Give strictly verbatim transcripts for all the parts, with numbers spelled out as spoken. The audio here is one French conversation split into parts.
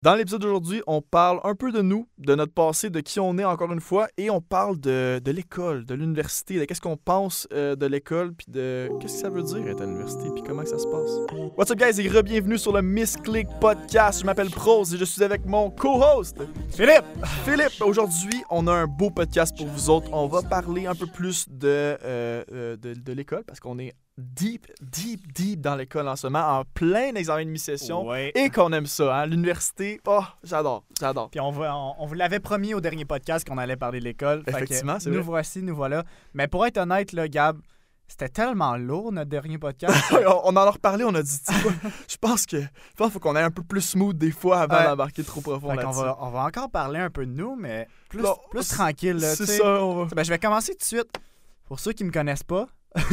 Dans l'épisode d'aujourd'hui, on parle un peu de nous, de notre passé, de qui on est encore une fois, et on parle de, de l'école, de l'université, de qu'est-ce qu'on pense euh, de l'école, puis de qu'est-ce que ça veut dire être à l'université, puis comment que ça se passe. What's up guys, et re-bienvenue sur le Misclick Podcast. Je m'appelle Prose et je suis avec mon co-host, Philippe! Philippe. Aujourd'hui, on a un beau podcast pour vous autres. On va parler un peu plus de, euh, euh, de, de l'école, parce qu'on est deep, deep, deep dans l'école en ce moment, en plein examen de mi-session. Ouais. Et qu'on aime ça, hein? L'université, oh, j'adore, j'adore. Puis on, va, on, on vous l'avait promis au dernier podcast qu'on allait parler de l'école. Fait Effectivement, que c'est nous vrai. voici, nous voilà. Mais pour être honnête, là, Gab, c'était tellement lourd notre dernier podcast. on on en a reparlé, on a dit, tu sais quoi, je pense que je pense qu'il faut qu'on aille un peu plus smooth des fois avant Ouais. d'embarquer trop profond Fait qu'on là-dessus. va, on va encore parler un peu de nous, mais plus, Non, plus c'est- tranquille. Là, C'est tu sais. ça, on va... Ben, je vais commencer tout de suite. Pour ceux qui me connaissent pas,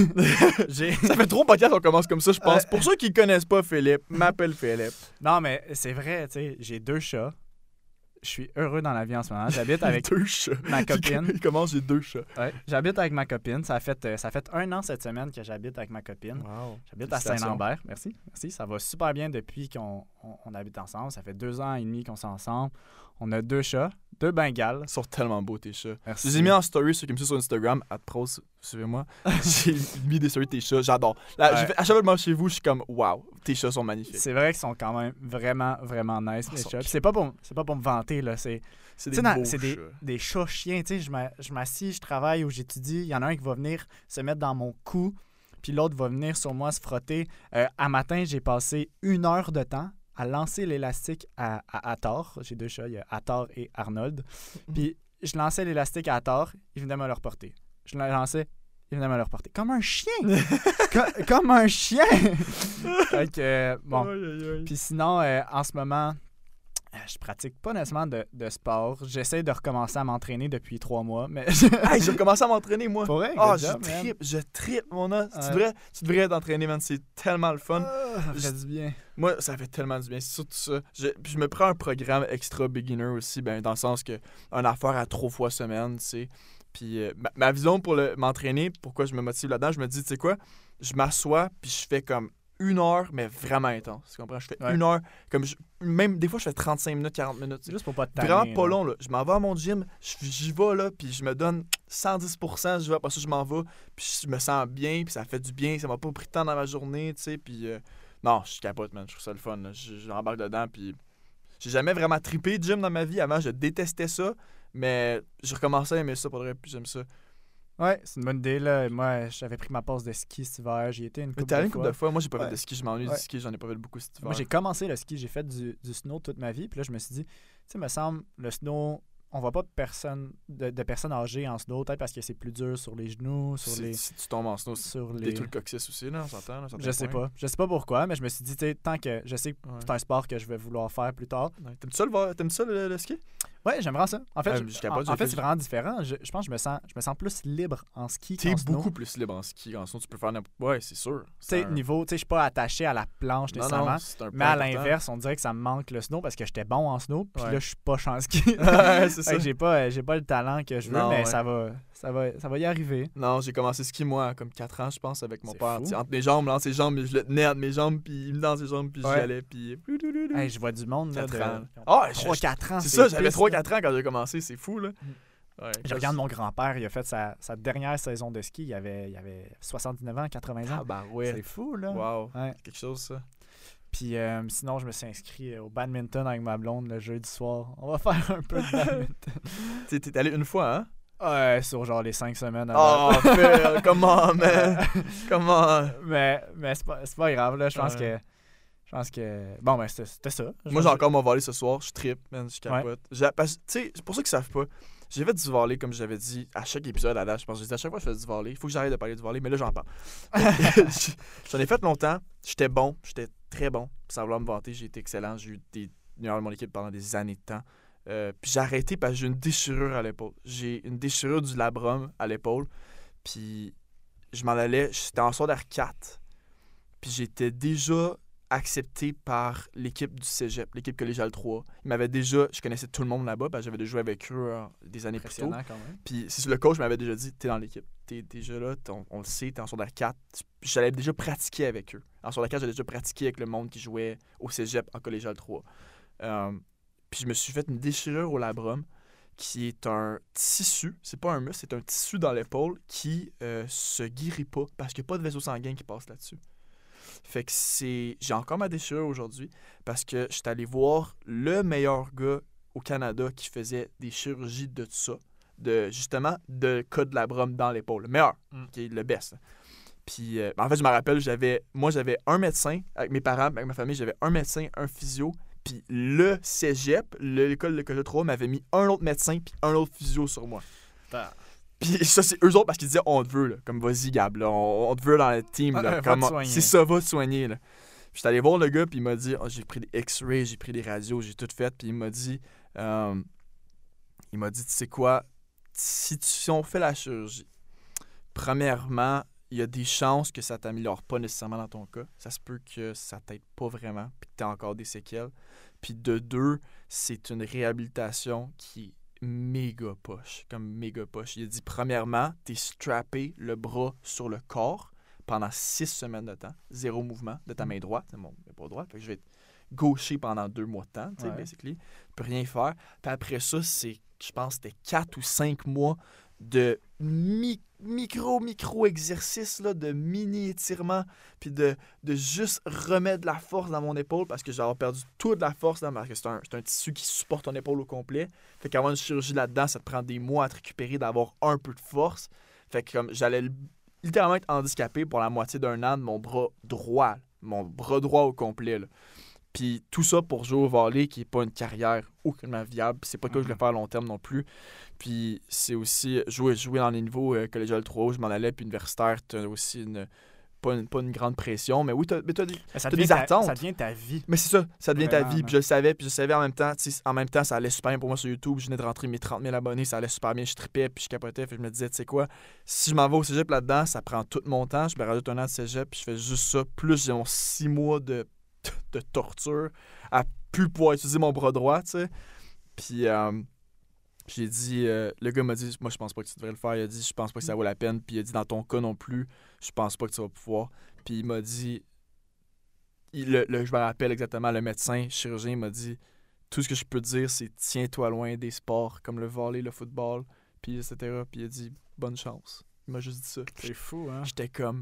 j'ai... Ça fait trop podcast qu'on commence comme ça, je pense. Euh. Pour ceux qui ne connaissent pas Philippe, m'appelle Philippe. Non, mais c'est vrai, tu sais, j'ai deux chats. Je suis heureux dans la vie en ce moment. J'habite avec deux chats. ma copine. Il commence, j'ai deux chats. Ouais, j'habite avec ma copine. Ça a fait, euh, ça fait un an cette semaine que j'habite avec ma copine. Wow. J'habite à Félicitations. Saint-Lambert. Merci. Merci. Ça va super bien depuis qu'on on, on habite ensemble. Ça fait deux ans et demi qu'on est ensemble. On a deux chats, deux Bengales. Ils sont tellement beaux, tes chats. Merci. Je les ai mis en story, ceux qui me suivent sur Instagram, @pros, suivez-moi. J'ai mis des stories de tes chats, j'adore. Là, Ouais. j'ai fait- à chaque fois que je mange chez vous, je suis comme, wow, tes chats sont magnifiques. C'est vrai qu'ils sont quand même vraiment, vraiment nice, Oh, les ils sont chats. Puis cute. c'est pas pour, c'est pas pour me vanter, là. C'est, C'est tu des sais, dans- beaux c'est des, chats. des chats chiens. Tu sais, je m'a- je m'assis, je travaille ou j'étudie. Il y en a un qui va venir se mettre dans mon cou, puis l'autre va venir sur moi se frotter. Euh, à matin, j'ai passé une heure de temps à lancer l'élastique à, à Hathor. J'ai deux chats, il y a Hathor et Arnold. Puis je lançais l'élastique à Hathor, il venait me le reporter. Je le lançais, il venait me le reporter. Comme un chien! Co- comme un chien! Fait que, euh, bon. Aïe, aïe, aïe. Puis sinon, euh, en ce moment, euh, je pratique pas nécessairement de, de sport. J'essaie de recommencer à m'entraîner depuis trois mois, mais... Hey, j'ai commencé à m'entraîner, moi. Pour vrai, Ah, good je job, man. trippe, je trippe, mon os. Tu Ouais. devrais, tu devrais t'entraîner, man. C'est tellement le fun. Ah, ça fait du bien. Moi, ça fait tellement du bien. C'est surtout ça. Je, puis je me prends un programme extra beginner aussi, ben, dans le sens que une affaire à trois fois semaine, tu sais. Puis euh, ma, ma vision pour le- m'entraîner, pourquoi je me motive là-dedans, je me dis, tu sais quoi, je m'assois, puis je fais comme une heure, mais vraiment intense. Tu comprends? Je fais Ouais. une heure, comme je- même des fois, je fais trente-cinq minutes, quarante minutes. C'est juste pour pas te tanner. Vraiment pas là. long, là. Je m'en vais à mon gym, je- j'y vais, là, puis je me donne cent dix pour cent, je vais, après ça, je m'en vais, puis je me sens bien, puis ça fait du bien, ça m'a pas pris de temps dans ma journée, tu sais, puis euh, non, je capote, man, je trouve ça le fun, là. Je- J'embarque dedans, puis j'ai jamais vraiment trippé de gym dans ma vie. Avant, je détestais ça, mais j'ai recommencé à aimer ça, pour vrai, puis j'aime ça. Ouais, c'est une bonne idée, là. Moi, j'avais pris ma pause de ski cet hiver. J'y étais une Mais couple t'es allé de une couple fois. de fois, moi j'ai pas Ouais. fait de ski, je m'ennuie Ouais. du ski, j'en ai pas fait beaucoup cet hiver. Moi, j'ai commencé le ski. J'ai fait du, du snow toute ma vie. Puis là, je me suis dit, tu sais, me semble, le snow, on voit pas de personnes, de, de personnes âgées en snow, peut-être parce que c'est plus dur sur les genoux, sur Si- les... Si tu tombes en snow, c'est Sur des les... trucs coccyx aussi, là, on s'entend, là, à un certain Je sais point. pas. Je sais pas pourquoi, mais je me suis dit, tu sais, tant que je sais que Ouais. c'est un sport que je vais vouloir faire plus tard. Ouais. T'aimes ça, le, vo- t'aimes ça le, le ski? Ouais, j'aimerais ça. En fait, Ouais, je- mais je capote, en, j'ai en fait, fait- c'est vraiment différent. Je, je pense que je me sens, je me sens plus libre en ski T'es qu'en snow. beaucoup plus libre en ski. En snow, tu peux faire n'importe quoi. Ouais, c'est sûr. Tu sais, un- niveau, tu sais, je suis pas attaché à la planche Non, nécessairement. non, c'est un Mais à point important. l'inverse, on dirait que ça me manque le snow parce que j'étais bon en snow, puis Ouais. là, je suis pas en ski. Ouais, c'est Fait ça. que j'ai pas, euh, j'ai pas le talent que je veux, Non, mais ouais. ça va, ça va, ça va y arriver. Non, j'ai commencé le ski, moi, à comme quatre ans, je pense, avec mon C'est père. fou. Tu sais, entre mes jambes, là, entre ses jambes, je le tenais entre mes jambes, puis il me dans ses jambes, puis Ouais. j'y allais, puis... Hey, je vois du monde là, Quatre de ans. Ah, je- trois quatre ans. C'est ça, j'avais pisse, trois là. quatre ans quand j'ai commencé, c'est fou, là. Ouais, Je regarde mon grand-père, il a fait sa, sa dernière saison de ski, il avait, il avait soixante-dix-neuf ans, quatre-vingts ans. Ah, bah ouais. C'est fou, là. Wow. Ouais. C'est quelque chose, ça. Puis euh, sinon, je me suis inscrit au badminton avec ma blonde le jeudi soir. On va faire un peu de badminton. T'es t'es allé une fois, hein? Ouais, sur genre les cinq semaines. avant. Oh, Phil, comment, man? Comment? mais mais c'est pas, c'est pas grave, là. Je pense Ouais. que. Je pense que. Bon, ben, c'était c'était ça. Moi, j'ai encore mon volley ce soir. Je trippe, man. Je Ouais. capote. J'ai- parce que, tu sais, c'est pour ça qu'ils savent pas. J'ai fait du volley, comme j'avais dit, à chaque épisode à date. Je pense que je dis à chaque fois que je fais du volley. Il faut que j'arrête de parler du volley, mais là, j'en parle. J'en ai fait longtemps. J'étais bon. J'étais très bon. Sans vouloir me vanter, j'ai été excellent. J'ai eu des numéros de mon équipe pendant des années de temps. Euh, puis j'ai arrêté parce que j'ai une déchirure à l'épaule. J'ai une déchirure du labrum à l'épaule. Puis je m'en allais. J'étais en secondaire quatre. Puis j'étais déjà accepté par l'équipe du cégep, l'équipe collégiale trois. Ils m'avaient déjà, je connaissais tout le monde là-bas, parce que j'avais déjà joué avec eux euh, des années plus tôt. Impressionnant quand même. Puis c'est le coach m'avait déjà dit, t'es dans l'équipe, t'es déjà là, t'es- on, on le sait, t'es en secondaire quatre. Puis j'allais déjà pratiquer avec eux. En secondaire quatre, j'allais déjà pratiquer avec le monde qui jouait au cégep en collégial trois. Euh, Puis je me suis fait une déchirure au labrum, qui est un tissu, c'est pas un muscle, c'est un tissu dans l'épaule qui euh, se guérit pas parce qu'il n'y a pas de vaisseau sanguin qui passe là-dessus. Fait que c'est... J'ai encore ma déchirure aujourd'hui parce que je suis allé voir le meilleur gars au Canada qui faisait des chirurgies de tout ça, de, justement, de cas de labrum dans l'épaule. Le meilleur, Mm. qui est le best. Puis, euh, en fait, je me rappelle, j'avais, moi, j'avais un médecin, avec mes parents, avec ma famille, j'avais un médecin, un physio, puis le cégep, l'école de Colle trois, m'avait mis un autre médecin puis un autre physio sur moi. Ah. Puis ça, c'est eux autres parce qu'ils disaient, on te veut, là, comme vas-y, Gab, là, on, on te veut dans le team. Là, Va comme, te soigner. c'est ça, va te soigner. Là. Puis j'étais allé voir le gars, puis il m'a dit, oh, j'ai pris des X-rays, j'ai pris des radios, j'ai tout fait, puis il m'a dit, euh, il m'a dit, tu sais quoi, si, tu, si on fait la chirurgie, premièrement, il y a des chances que ça t'améliore pas nécessairement dans ton cas. Ça se peut que ça t'aide pas vraiment, puis que tu as encore des séquelles. Puis de deux, c'est une réhabilitation qui est méga poche, comme méga poche. Il a dit, premièrement, t'es strappé le bras sur le corps pendant six semaines de temps, zéro mouvement de ta main droite, c'est mon bras droit, fait que je vais être gaucher pendant deux mois de temps, tu sais, Ouais. basically. Je peux rien faire. Puis après ça, c'est, je pense, c'était quatre ou cinq mois de mi- micro, micro exercices, là, de mini étirements, puis de, de juste remettre de la force dans mon épaule parce que j'avais perdu toute la force dans ma... parce que c'est un, c'est un tissu qui supporte ton épaule au complet. Fait qu'avoir une chirurgie là-dedans, ça te prend des mois à te récupérer, d'avoir un peu de force. Fait que comme j'allais littéralement être handicapé pour la moitié d'un an de mon bras droit, mon bras droit au complet, là. Puis tout ça pour jouer au volley, qui n'est pas une carrière aucunement viable. Puis c'est pas que je voulais faire à long terme non plus. Puis c'est aussi jouer, jouer dans les niveaux euh, collégial trois où je m'en allais, puis universitaire, tu as aussi une pas, une pas une grande pression. Mais oui, tu as des, Mais ça t'as devient des ta- attentes. Ça devient ta vie. Mais c'est ça, ça devient ta Vraiment, vie. là. Puis je le savais, puis je savais en même temps, tu sais, en même temps, ça allait super bien pour moi sur YouTube. Je venais de rentrer mes trente mille abonnés, ça allait super bien, je tripais, puis je capotais. Puis je me disais, tu sais quoi, si je m'en vais au cégep là-dedans, ça prend tout mon temps. Je me rajoute un an de cégep, puis je fais juste ça. Plus j'ai mon six mois de, de torture à plus pouvoir utiliser mon bras droit, tu sais. Puis euh, j'ai dit, euh, le gars m'a dit, moi je pense pas que tu devrais le faire. Il a dit, je pense pas que ça vaut la peine. Puis il a dit, dans ton cas non plus, je pense pas que tu vas pouvoir. Puis il m'a dit, il, le, le- je me rappelle exactement, le médecin chirurgien m'a dit, tout ce que je peux te dire, c'est tiens-toi loin des sports comme le volley, le football, puis et cetera. Puis il a dit, bonne chance. Il m'a juste dit ça. C'est fou, hein? J'étais comme,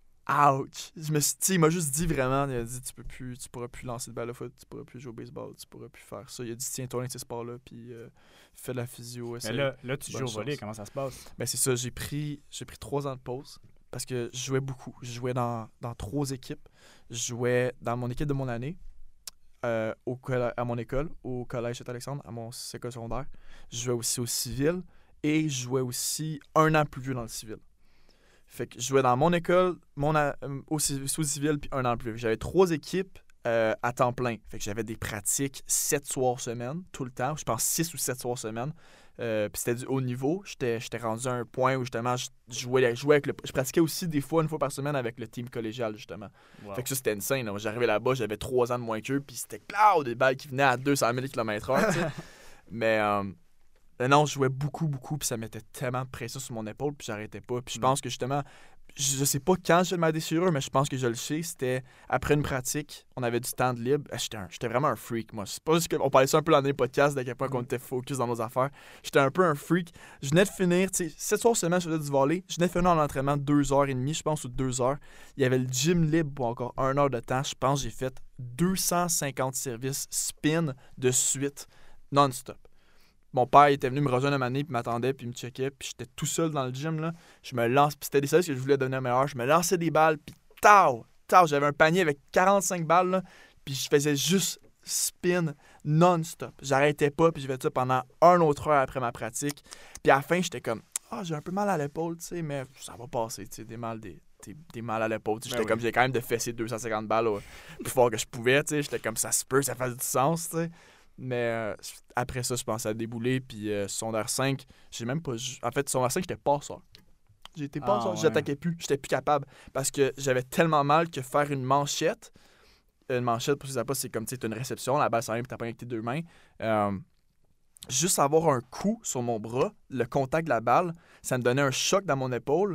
ouch. Je me suis, tu sais, il m'a juste dit vraiment, il a dit, tu peux plus, tu pourras plus lancer de balle de foot, tu pourras plus jouer au baseball, tu pourras plus faire ça. Il a dit, tiens-toi loin de ces sports-là, puis euh, fais de la physio. Mais essaie. là, là, tu Bonne joues au volley, chance. comment ça se passe? Ben c'est ça, j'ai pris, j'ai pris trois ans de pause parce que je jouais beaucoup. Je jouais dans, dans trois équipes. Je jouais dans mon équipe de mon année, euh, au, coll- à mon école, au collège Saint-Alexandre, à mon école secondaire. Je jouais aussi au civil et je jouais aussi un an plus vieux dans le civil. Fait que je jouais dans mon école, mon a- euh, au, ci- au civil, puis un an plus vieux. J'avais trois équipes euh, à temps plein. Fait que j'avais des pratiques sept soirs semaine, tout le temps. Je pense six ou sept soirs semaine. Euh, puis c'était du haut niveau. J'étais, j'étais rendu à un point où justement je jouais, je jouais avec le, je pratiquais aussi des fois une fois par semaine avec le team collégial justement. Wow. Fait que ça c'était insane. Là. J'arrivais là-bas, j'avais trois ans de moins qu'eux, puis c'était cloud des balles qui venaient à deux cent mille kilomètres heure. tu sais. Mais euh, non, je jouais beaucoup, beaucoup, puis ça mettait tellement de pression sur mon épaule, puis j'arrêtais pas. Puis je Mm. pense que justement, je sais pas quand j'ai ma déchirure, mais je pense que je le sais. C'était après une pratique, on avait du temps de libre. Ah, J'étais, un- j'étais vraiment un freak, moi. C'est pas juste qu'on parlait ça un peu dans les podcasts, d'à quel point qu'on était focus dans nos affaires. J'étais un peu un freak. Je venais de finir, tu sais, sept soirs semaine, je faisais du volley. Je venais de finir en entraînement deux heures et demie, je pense, ou deux heures. Il y avait le gym libre pour encore une heure de temps. Je pense que j'ai fait deux cent cinquante services spin de suite, non-stop. Mon père il était venu me rejoindre un moment donné, puis m'attendait, puis il me checkait, puis j'étais tout seul dans le gym, là. Je me lance, puis c'était des services que je voulais devenir meilleur. Je me lançais des balles, puis tao, tao, j'avais un panier avec quarante-cinq balles, là, puis je faisais juste spin non-stop. J'arrêtais pas, puis je faisais ça pendant une autre heure après ma pratique. Puis à la fin, j'étais comme, ah, j'ai un peu mal à l'épaule, tu sais, mais ça va passer, tu sais, des mal, des, des, des mal à l'épaule. tu sais. Ben J'étais oui. comme, j'ai quand même de fesser deux cent cinquante balles au plus fort que je pouvais, tu sais. J'étais comme, ça se peut, ça fait du sens, tu sais. Mais euh, après ça, je pensais à débouler. Puis euh, secondaire cinq, j'ai même pas. jou- En fait, secondaire cinq, j'étais passeur. J'étais Ah, passeur. ouais. J'attaquais plus. J'étais plus capable. Parce que j'avais tellement mal que faire une manchette. Une manchette, pour ceux qui savent pas, c'est comme tu sais, t'as une réception, la balle s'en vient puis t'as pas avec tes deux mains. Euh, juste avoir un coup sur mon bras, le contact de la balle, ça me donnait un choc dans mon épaule.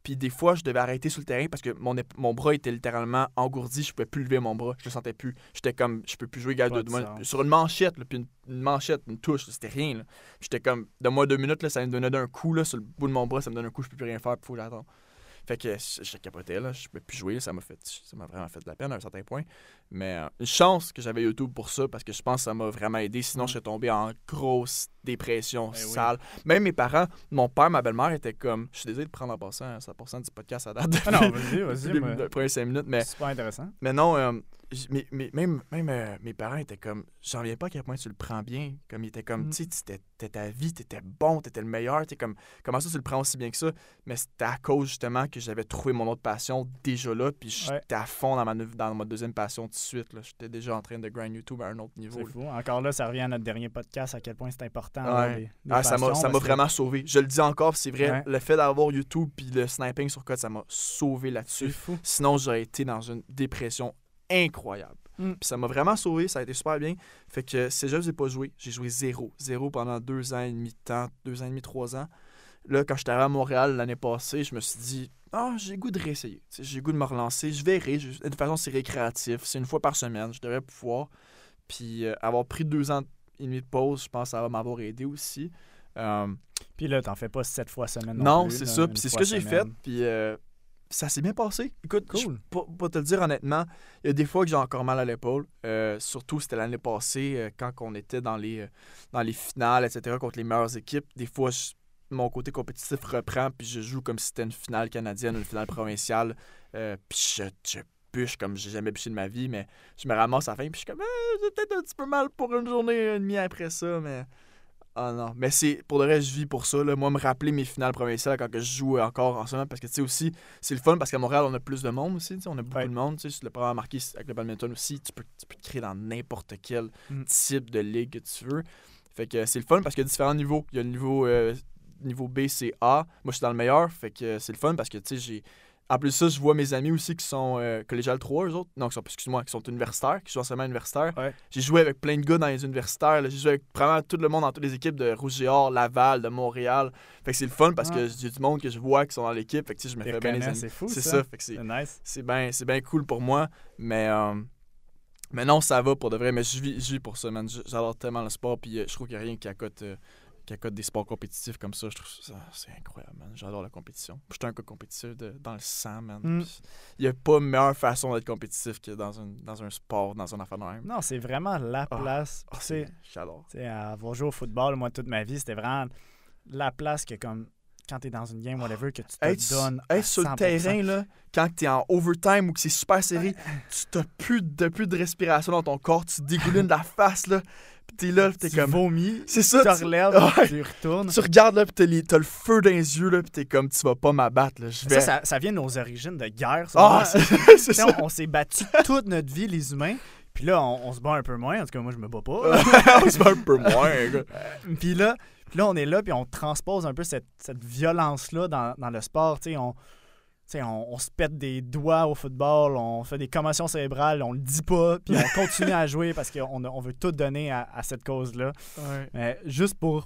Puis des fois, je devais arrêter sur le terrain parce que mon, ép- mon bras était littéralement engourdi. Je pouvais plus lever mon bras. Je le sentais plus. J'étais comme, je peux plus jouer, gars, Pas de, de de moi. sens. Sur une manchette, là, puis une, une manchette, une touche, là, c'était rien. Là. J'étais comme, donne-moi deux minutes, là, ça me donnait un coup là, sur le bout de mon bras, ça me donne un coup, je peux plus rien faire, puis faut que j'attende. Fait que je, je capotais, là, je pouvais plus jouer, ça m'a fait, ça m'a vraiment fait de la peine à un certain point. Mais euh, une chance que j'avais YouTube pour ça, parce que je pense que ça m'a vraiment aidé. Sinon, Mm. je serais tombé en grosse dépression Ben oui. sale. Même mes parents, mon père, ma belle-mère étaient comme, je suis désolé de prendre en passant hein, cent pour cent du podcast à date. Ah non, vas-y, vas-y. depuis moi, les premières cinq minutes, mais C'est super intéressant. mais non, euh, j- mais, mais- même, même euh, mes parents étaient comme, j'en reviens pas à quel point tu le prends bien. Comme ils étaient comme, Mm. tu sais, t'étais- t'étais ta vie, t'étais bon, t'étais le meilleur. T'es comme, comment ça tu le prends aussi bien que ça? Mais c'était à cause justement que j'avais trouvé mon autre passion déjà là, puis j'étais Ouais. à fond dans ma, nou- dans ma deuxième passion tout de suite. là. J'étais déjà en train de grind YouTube à un autre niveau. C'est là. fou. Encore là, ça revient à notre dernier podcast, à quel point c'est important. d'avoir Ouais. des- des Ah, ça m'a passions, ça m'a parce que- vraiment sauvé. Je le dis encore, c'est vrai, Ouais. le fait d'avoir YouTube puis le sniping sur code, ça m'a sauvé C'est là-dessus. fou. Sinon, j'aurais été dans une dépression incroyable. Mm. Puis ça m'a vraiment sauvé, ça a été super bien. Fait que ces jeux, j'ai pas joué. J'ai joué zéro. Zéro pendant deux ans et demi de temps, deux ans et demi, trois ans. Là, quand j'étais arrivé à Montréal l'année passée, je me suis dit, ah, j'ai le goût de réessayer. Tu sais, j'ai le goût de me relancer. Je verrai. Je- De toute façon, c'est récréatif. C'est une fois par semaine. Je devrais pouvoir. Puis euh, avoir pris deux ans et demi de pause, je pense que ça va m'avoir aidé aussi. Euh, Puis là, t'en fais pas sept fois semaine. Non, non, plus, c'est là, ça. une Puis c'est ce fois que j'ai fait. semaine. Puis euh, ça s'est bien passé. Écoute, Cool. je- pour, pour te le dire honnêtement, il y a des fois que j'ai encore mal à l'épaule. Euh, surtout, c'était l'année passée, euh, quand on était dans les, euh, dans les finales, et cetera, contre les meilleures équipes. Des fois, je- mon côté compétitif reprend, puis je joue comme si c'était une finale canadienne, une finale provinciale. Euh, puis je, je bûche comme j'ai jamais bûché de ma vie, mais je me ramasse à la fin, puis je suis comme, ah, j'ai peut-être un petit peu mal pour une journée et demie après ça, mais. Ah non, mais c'est pour le reste, je vis pour ça. Là. Moi, me rappeler mes finales provinciales quand que je joue encore en ce moment, parce que tu sais aussi, c'est le fun parce qu'à Montréal, on a plus de monde aussi. tu sais, On a beaucoup Ouais. de monde. Tu sais, le premier marqué avec le badminton aussi, tu peux, tu peux te créer dans n'importe quel Mm. type de ligue que tu veux. Fait que c'est le fun parce qu'il y a différents niveaux. Il y a le niveau, euh, niveau B, C, A. Moi, je suis dans le meilleur. Fait que c'est le fun parce que tu sais, j'ai. En plus de ça, je vois mes amis aussi qui sont euh, collégiales trois, eux autres. Non, qui sont, excuse-moi, qui sont universitaires, qui jouent enseignement universitaire. Ouais. J'ai joué avec plein de gars dans les universitaires. là. J'ai joué avec vraiment tout le monde dans toutes les équipes de Rouge-et-Or, Laval, de Montréal. Fait que c'est le fun parce que Ouais. j'ai du monde que je vois qui sont dans l'équipe. Fait que tu sais, je me Les fais bien les reconnais, amis. c'est fou, C'est ça. ça. Fait que c'est C'est nice. c'est bien c'est bien cool pour moi. Mais, euh, mais non, ça va pour de vrai. Mais je vis, je vis pour ça, man. J- J'adore tellement le sport. Puis euh, je trouve qu'il n'y a rien qui accote, euh, qui accote des sports compétitifs comme ça. Je trouve ça, c'est incroyable, man. J'adore la compétition. Je suis un gars compétitif de- dans le sang, man. Mm. Puis Il n'y a pas meilleure façon d'être compétitif que dans, une, dans un sport, dans un affaire de même. Non, c'est vraiment la Ah. place. Ah, Tu sais, c'est- J'adore. tu sais, avoir joué au football, moi, toute ma vie, c'était vraiment la place que, comme, quand t'es dans une game, whatever, que tu te Être, donnes à être sur le cent pour cent. terrain, là, quand t'es en overtime ou que c'est super serré, tu t'as plus de, plus de respiration dans ton corps, tu te dégoulines de la face, là, pis t'es là, pis t'es Tu comme... vomis, C'est tu ça, te tu, relèves, Ouais. tu retournes. tu regardes, là, pis t'as, les- t'as le feu dans les yeux, là, pis t'es comme, tu vas pas m'abattre, là, je vais... Ça, ça, ça vient de nos origines de guerre. ça. Ah, Moi, c'est tu c'est sais, ça! on, on s'est battu toute notre vie, les humains. Puis là, on, on se bat un peu moins. En tout cas, moi, je me bats pas. On se bat un peu moins, gars. Puis là, puis là, on est là, puis on transpose un peu cette, cette violence-là dans, dans le sport. Tu sais, on, tu sais, on, on se pète des doigts au football, on fait des commotions cérébrales, on le dit pas, puis on continue à jouer parce qu'on a- on veut tout donner à, à cette cause-là. Ouais. Mais juste pour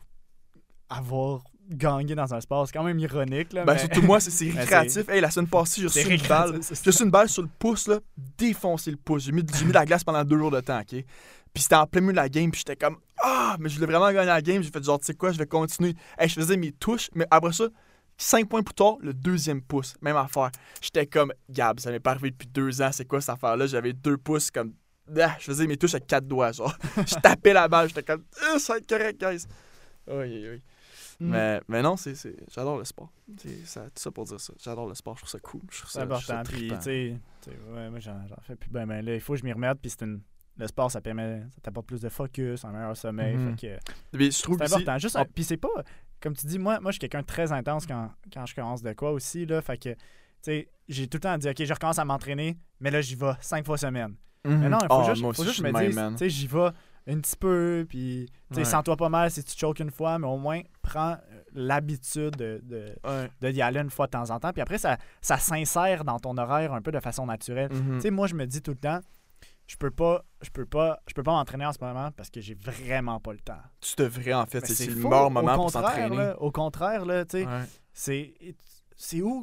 avoir gagné dans un sport, c'est quand même ironique. Là, Ben, mais... surtout moi, c'est, c'est Mais récréatif. Hey, la semaine passée, j'ai c'est reçu une balle. récréatif, c'est J'ai reçu une balle sur le pouce, là, défoncé le pouce. J'ai mis, j'ai mis de la glace pendant deux jours de temps, OK? Puis c'était en plein milieu de la game, puis j'étais comme ah, mais je voulais vraiment gagner la game. J'ai fait genre, tu sais quoi, je vais continuer. Hey, je faisais mes touches, mais après ça, cinq points plus tard, le deuxième pouce, même affaire. J'étais comme Gab, ça m'est pas arrivé depuis deux ans, c'est quoi cette affaire-là? J'avais deux pouces comme. Ah, je faisais mes touches avec quatre doigts, genre. Je tapais la balle, j'étais comme ah, ça va être correct, guys. Oui, oui, oui. Mm. Mais, mais non, c'est, c'est, j'adore le sport. C'est ça, tout ça pour dire ça. J'adore le sport, je trouve ça cool. Je trouve C'est ça, je trouve ça important. Puis, trippant. tu sais, tu sais, ouais, moi, j'en, j'en fais plus ben, ben là. Il faut que je m'y remette. Puis, c'est une... le sport, ça permet, ça t'apporte plus de focus, un meilleur sommeil. Mhm. Fait que Mais je trouve c'est aussi- important. Juste, Ah. un- puis, c'est pas, comme tu dis, moi, moi je suis quelqu'un de très intense quand, quand je commence de quoi aussi. Là, fait que, tu sais, j'ai tout le temps dit, OK, je recommence à m'entraîner, mais là, j'y vais cinq fois semaine. Mhm. Mais non, il faut Ah, juste, moi faut aussi, juste je me suis le dire, même, man. tu sais, j'y vais un petit peu, puis, tu sais, Ouais. sens-toi pas mal si tu choques une fois, mais au moins, prends euh, l'habitude de, de, Ouais. de y aller une fois de temps en temps. Puis après, ça, ça s'insère dans ton horaire un peu de façon naturelle. Mhm. Tu sais, moi, je me dis tout le temps, je peux pas, je peux pas, je peux pas m'entraîner en ce moment parce que j'ai vraiment pas le temps. Tu devrais, en fait. Mais C'est, c'est le faux. meilleur Au moment pour contraire, s'entraîner. là, au contraire, là, tu sais, Ouais. c'est, c'est où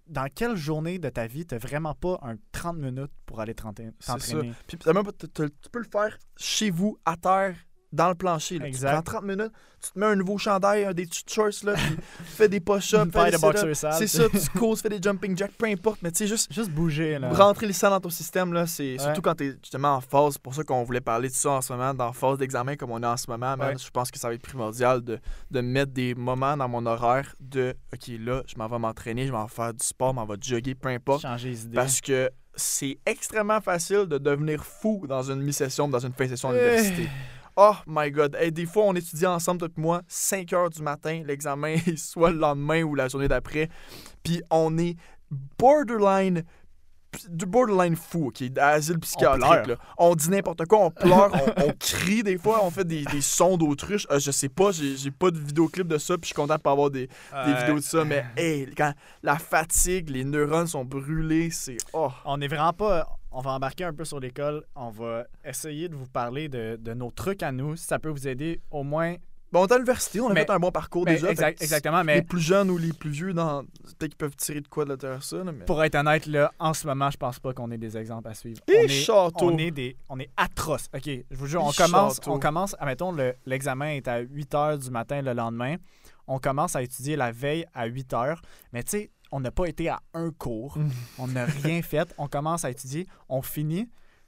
dans quelle journée de ta vie t'as vraiment pas un trente minutes pour aller t'entraîner? C'est ça. Puis même pas, tu peux le faire chez vous, à terre, dans le plancher. Là. Exact. Tu prends trente minutes, tu te mets un nouveau chandail, un des petites shorts, là, tu fais des push-ups, Une paire de boxers sales. C'est ça, tu causes, fais des jumping jacks, peu importe, mais tu sais, juste, Juste bouger. Là. rentrer les salles dans ton système, là, c'est Ouais. surtout quand tu es justement en phase. C'est pour ça qu'on voulait parler de ça en ce moment, dans phase d'examen comme on est en ce moment. Man, Ouais. je pense que ça va être primordial de, de mettre des moments dans mon horaire de OK, là, je m'en vais m'entraîner, je m'en vais faire du sport, je m'en vais jogger, peu importe. Changer les idées. Parce que c'est extrêmement facile de devenir fou dans une mi-session, dans une fin de session à Eh. l'université. Oh my God. Hey, des fois, on étudie ensemble, toi et moi, cinq heures du matin, l'examen est soit le lendemain ou la journée d'après. Puis on est borderline, borderline fou, OK? Asile psychiatrique. pleure. Là. On dit n'importe quoi, on pleure, on, on crie des fois, on fait des, des sons d'autruche. Euh, je sais pas, j'ai, j'ai pas de vidéoclip de ça, puis je suis content de pas avoir des, des Euh, vidéos de ça. Mais hey, quand la fatigue, les neurones sont brûlés, c'est... Oh! On est vraiment pas. On va embarquer un peu sur l'école. On va essayer de vous parler de, de nos trucs à nous. Si ça peut vous aider, au moins. Bon, on est à l'université, on a Mais- fait un bon parcours Mais déjà. exact- fait que exactement, Les mais plus jeunes ou les plus vieux, dans... peut-être qu'ils peuvent tirer de quoi de l'intérieur de ça. Là, mais... pour être honnête, là, en ce moment, je pense pas qu'on ait des exemples à suivre. Et on, est, château. on est des. On est atroces. OK, je vous jure, on Et commence. château. On commence. Admettons, le, l'examen est à huit heures du matin le lendemain. On commence à étudier la veille à huit heures. Mais tu sais, on n'a pas été à un cours. On n'a rien fait. On commence à étudier. On finit.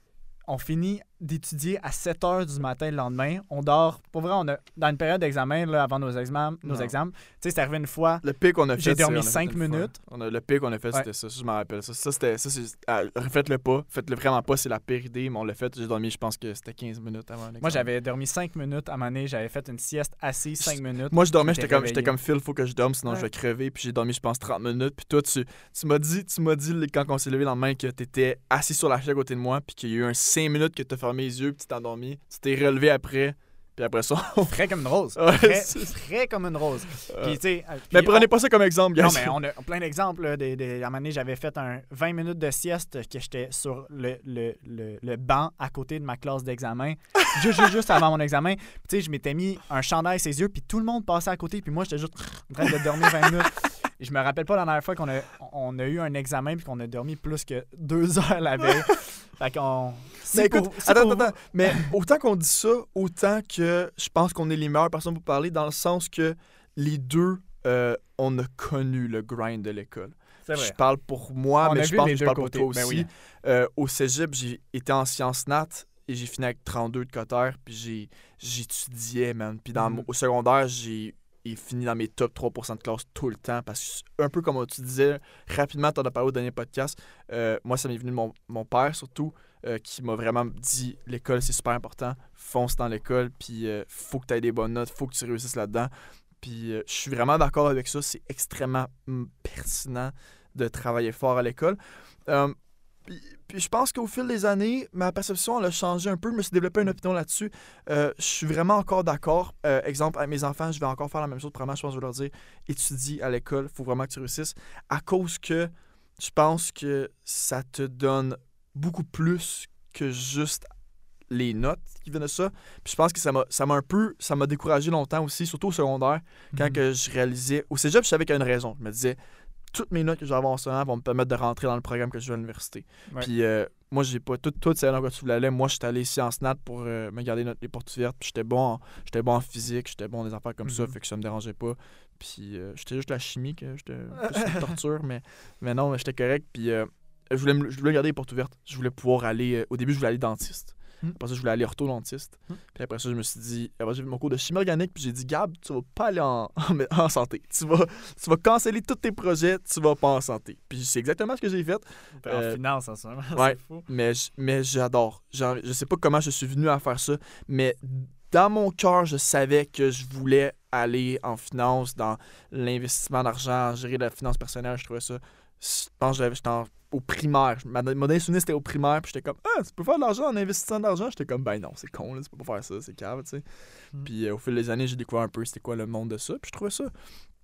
On finit d'étudier à sept heures du matin le lendemain. On dort. Pour vrai, on a, dans une période d'examen, là, avant nos examens, nos Non. examens, tu sais, c'est arrivé une fois. Le pic qu'on a fait, J'ai dormi c'est- on a fait cinq une fois. minutes. On a, le pic qu'on a fait, Ouais. c'était ça. Je m'en rappelle. Ça, ça c'était. Ça, c'est, ah, refaites-le pas. Faites-le vraiment pas. C'est la pire idée. Mais on l'a fait. J'ai dormi, je pense que c'était quinze minutes avant l'examen. Moi, j'avais dormi cinq minutes à un moment donné. J'avais fait une sieste assise cinq minutes. Moi, je dormais, j'étais J'étais comme, j'étais réveillé. comme Phil, faut que je dorme, sinon Ouais. je vais crever. Puis j'ai dormi, je pense, trente minutes. Puis toi, tu, tu m'as dit, tu m'as dit quand on s'est levé le lendemain que t'étais assis sur la chaise à côté de moi, puis qu'il y a eu un cinq minutes que t'as fermé les yeux, puis tu t'es endormi. Tu t'es relevé après, puis après ça. on- Frais comme une rose. Ouais, Frais, c'est- frais comme une rose. Euh, Puis, tu sais, euh, Mais puis prenez on- pas ça comme exemple, gars. Non, mais on a plein d'exemples. là, des- des- à un moment donné, j'avais fait un vingt minutes de sieste que j'étais sur le, le, le, le banc à côté de ma classe d'examen. juste, juste, juste avant mon examen. Puis, tu sais, je m'étais mis un chandail à ses yeux, puis tout le monde passait à côté, puis moi, j'étais juste en train de dormir vingt minutes. Et je me rappelle pas la dernière fois qu'on a, on a eu un examen, puis qu'on a dormi plus que deux heures la veille. Fait qu'on. Mais c'est écoute, pour- c'est attends, pour- attends, mais autant qu'on dit ça, autant que je pense qu'on est les meilleures personnes pour parler, dans le sens que les deux, euh, on a connu le grind de l'école. C'est vrai. Je parle pour moi, On mais a je vu pense les que je deux parle pour côtés. toi aussi. Ben oui. Euh, au cégep, j'ai été en sciences nat et j'ai fini avec trente-deux de coteur, puis j'ai, j'étudiais, man. Puis dans, Mhm. au secondaire, j'ai et fini dans mes top trois pour cent de classe tout le temps, parce que, un peu comme tu disais, rapidement, tu en as parlé au dernier podcast, euh, moi, ça m'est venu de mon, mon père, surtout, euh, qui m'a vraiment dit, l'école, c'est super important, fonce dans l'école, puis euh, faut que tu aies des bonnes notes, faut que tu réussisses là-dedans. Puis euh, je suis vraiment d'accord avec ça, c'est extrêmement mm, pertinent de travailler fort à l'école. Euh, puis, puis je pense qu'au fil des années, ma perception, elle a changé un peu. Je me suis développé une opinion là-dessus. Euh, je suis vraiment encore d'accord. Euh, exemple, avec mes enfants, je vais encore faire la même chose. Premièrement, je pense que je vais leur dire, étudie à l'école, il faut vraiment que tu réussisses. À cause que je pense que ça te donne beaucoup plus que juste les notes qui viennent de ça. Puis je pense que ça m'a, ça m'a un peu, ça m'a découragé longtemps aussi, surtout au secondaire, quand Mhm. que je réalisais... Au cégep, je savais qu'il y a une raison. Je me disais, toutes mes notes que je vais avoir en ce moment vont me permettre de rentrer dans le programme que je veux à l'université. Ouais. Puis euh, moi, j'ai pas... Tout, tout savais dans quoi tu voulais aller. Moi, j'étais allé sciences nat pour euh, me garder notre- les portes ouvertes. Puis j'étais bon, en, j'étais bon en physique, j'étais bon dans des affaires comme ça, Mhm. fait que ça me dérangeait pas. Puis euh, j'étais juste la chimie, que j'étais plus une torture, mais, mais non, j'étais correct. Puis euh, je, voulais me- je voulais garder les portes ouvertes. Je voulais pouvoir aller... euh, au début, je voulais aller dentiste. Hmm. Après ça, je voulais aller orthodontiste. Hmm. Puis après ça, je me suis dit... Après, j'ai fait mon cours de chimie organique, puis j'ai dit, Gab, tu vas pas aller en, en santé. Tu vas, tu vas canceller tous tes projets, tu vas pas en santé. Puis c'est exactement ce que j'ai fait. T'es euh, en finance en ce moment. ouais. C'est fou. Mais, j- mais j'adore. Genre, je sais pas comment je suis venu à faire ça, mais dans mon cœur, je savais que je voulais aller en finance, dans l'investissement d'argent, gérer la finance personnelle. Je trouvais ça. Je pense que j'avais- j'étais en- au primaire. Je- Ma, mon dernier souvenir, c'était au primaire. Puis j'étais comme, ah, tu peux faire de l'argent en investissant de l'argent. J'étais comme, ben non, c'est con, là, tu peux pas faire ça, c'est cave, tu sais. Mm. Puis euh, au fil des années, j'ai découvert un peu c'était quoi le monde de ça. Puis je trouvais ça.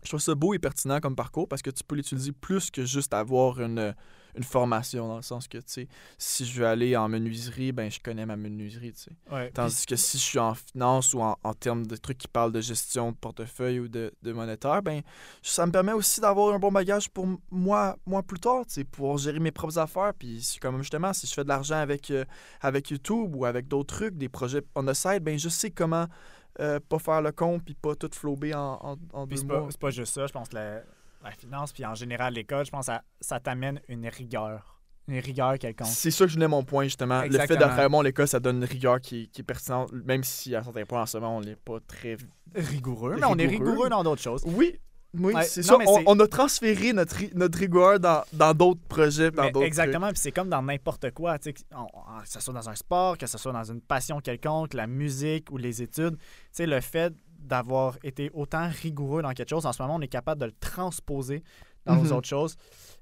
je trouve ça beau et pertinent comme parcours parce que tu peux l'utiliser plus que juste avoir une, une formation, dans le sens que, tu sais, si je veux aller en menuiserie, ben je connais ma menuiserie, tu sais. Ouais, Tandis puis- que si je suis en finance ou en, en termes de trucs qui parlent de gestion de portefeuille ou de, de monétaire, ben ça me permet aussi d'avoir un bon bagage pour m- moi, moi plus tard, tu sais, pouvoir gérer mes propres affaires. Puis c'est comme justement, si je fais de l'argent avec, euh, avec YouTube ou avec d'autres trucs, des projets on the side, ben je sais comment euh, pas faire le compte puis pas tout flober en, en, en Puis deux c'est mois. pas, c'est pas juste ça, je pense que la, la finance, puis en général l'école, je pense que ça, ça t'amène une rigueur. Une rigueur quelconque. C'est ça que je venais mon point, justement. Le Exactement. fait d'être bon à l'école, ça donne une rigueur qui, qui est pertinente, même si à certains points en ce moment, on n'est pas très. Rigoureux, mais on est Rigoureux. rigoureux dans d'autres choses. Oui, oui, Ouais, c'est non, ça. mais On, c'est- on a transféré notre, ri- notre rigueur dans dans d'autres projets, dans Mais d'autres. exactement, puis c'est comme dans n'importe quoi, tu sais, que on- on- que ce soit dans un sport, que ce soit dans une passion quelconque, la musique ou les études, tu sais, le fait d'avoir été autant rigoureux dans quelque chose, en ce moment, on est capable de le transposer dans Mhm. nos autres choses.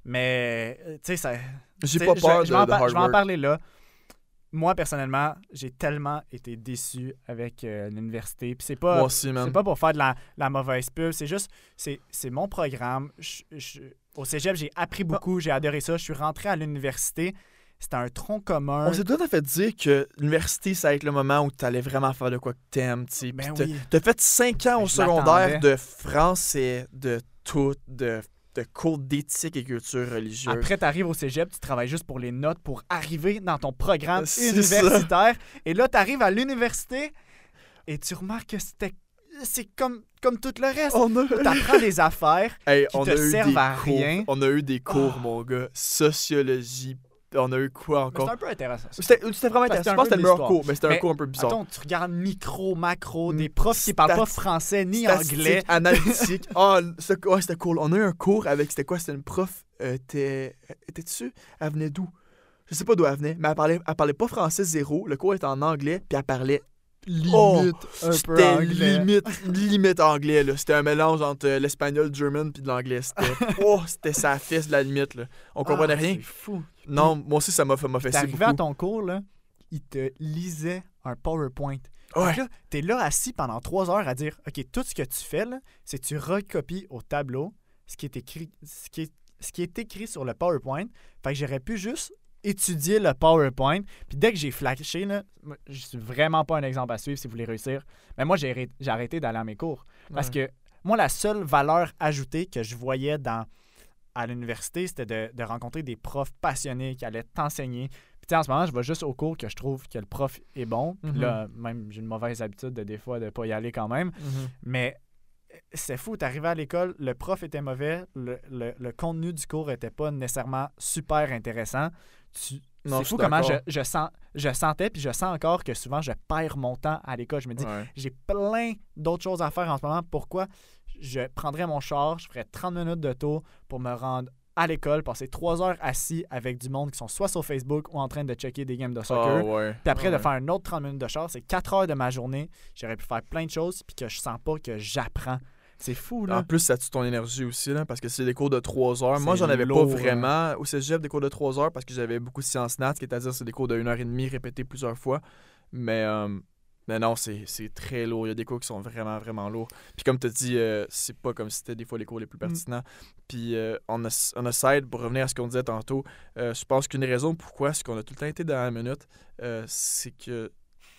Mais, euh, tu sais, ça. J'ai tu sais, pas peur je, de, je vais en de par- hard je vais en work. parler là. Moi, personnellement, j'ai tellement été déçu avec euh, l'université. Puis c'est pas. Moi aussi, man. C'est pas pour faire de la, la mauvaise pub, c'est juste, c'est, c'est mon programme. Je- je- au cégep, j'ai appris beaucoup, j'ai adoré ça. Je suis rentré à l'université, c'était un tronc commun. On s'est tout à fait dit que l'université, ça va être le moment où tu allais vraiment faire de quoi que t'aimes, tu sais. Ben Puis t'as- oui. T'as fait cinq ans au Je secondaire l'attendais. de français, de tout, de, de cours d'éthique et culture religieuse. Après, tu arrives au cégep, tu travailles juste pour les notes pour arriver dans ton programme C'est universitaire. Et là, tu arrives à l'université et tu remarques que c'était. C'est comme, comme tout le reste. on a, Tu apprends des affaires. Hey, qui on te a eu servent des à cours. rien. On a eu des cours, Oh. mon gars. Sociologie. On a eu quoi Mais encore? c'est un peu intéressant. ça. C'était c'était vraiment Parce que intéressant. c'était Je un pense que peu c'était le de meilleur l'histoire. cours, mais c'était un Mais cours un peu bizarre. Attends, tu regardes micro, macro, Mm, des profs qui parlent pas stat- français ni Statistique, anglais. analytique. Ah, ce- ouais, c'était cool. On a eu un cours avec, c'était quoi? C'était une prof, euh, était, était-tu? Elle venait d'où? Je sais pas d'où elle venait, mais elle parlait, elle parlait pas français zéro. Le cours était en anglais, puis elle parlait limite, Oh, un peu c'était anglais. limite, limite anglais, là. C'était un mélange entre euh, l'espagnol, le german, puis de l'anglais. C'était, oh, c'était sa fesse de la limite, là. On comprenait Ah, rien. C'est fou. Non, moi aussi, ça m'a fait, m'a T'es fessé arrivé à beaucoup. ton cours, là, il te lisait un PowerPoint. Ouais. Donc là, t'es là assis pendant trois heures à dire OK, tout ce que tu fais, là, c'est que tu recopies au tableau ce qui est écrit, ce qui est, ce qui est écrit sur le PowerPoint. Fait que j'aurais pu juste étudier le PowerPoint. Puis dès que j'ai flashé, là, moi, je suis vraiment pas un exemple à suivre si vous voulez réussir. Mais moi, j'ai arrêté, j'ai arrêté d'aller à mes cours. Parce Ouais. que moi, la seule valeur ajoutée que je voyais dans, à l'université, c'était de, de rencontrer des profs passionnés qui allaient t'enseigner. Puis tu sais, en ce moment, je vais juste au cours que je trouve que le prof est bon. Puis Mhm. là, même, j'ai une mauvaise habitude de des fois de pas y aller quand même. Mhm. Mais c'est fou, t'arrivais à l'école, le prof était mauvais, le, le- le contenu du cours était pas nécessairement super intéressant. Tu- Non, c'est je fou suis comment je, d'accord. je, sens, je sentais, puis je sens encore que souvent je perds mon temps à l'école. Je me dis, Ouais. j'ai plein d'autres choses à faire en ce moment. Pourquoi je prendrais mon char, je ferais trente minutes de tour pour me rendre à l'école, passer trois heures assis avec du monde qui sont soit sur Facebook ou en train de checker des games de soccer. Ah, ouais. Puis après, Ah, de ouais. faire un autre trente minutes de char, c'est quatre heures de ma journée. J'aurais pu faire plein de choses, puis que je sens pas que j'apprends. C'est fou, là. En plus, ça tue ton énergie aussi, là, parce que c'est des cours de trois heures. Moi, C'est j'en avais lourd, pas hein. vraiment au cégep des cours de trois heures parce que j'avais beaucoup de sciences nat, c'est-à-dire c'est des cours de une heure et demie répétés plusieurs fois. Mais, euh, mais non, c'est c'est très lourd. Il y a des cours qui sont vraiment, vraiment lourds. Puis comme tu as dit, euh, c'est pas comme si c'était des fois les cours les plus Mm. pertinents. Puis euh, on, a, on a side, pour revenir à ce qu'on disait tantôt, euh, je pense qu'une raison pourquoi c'est qu'on a tout le temps été dans la minute, euh, c'est que...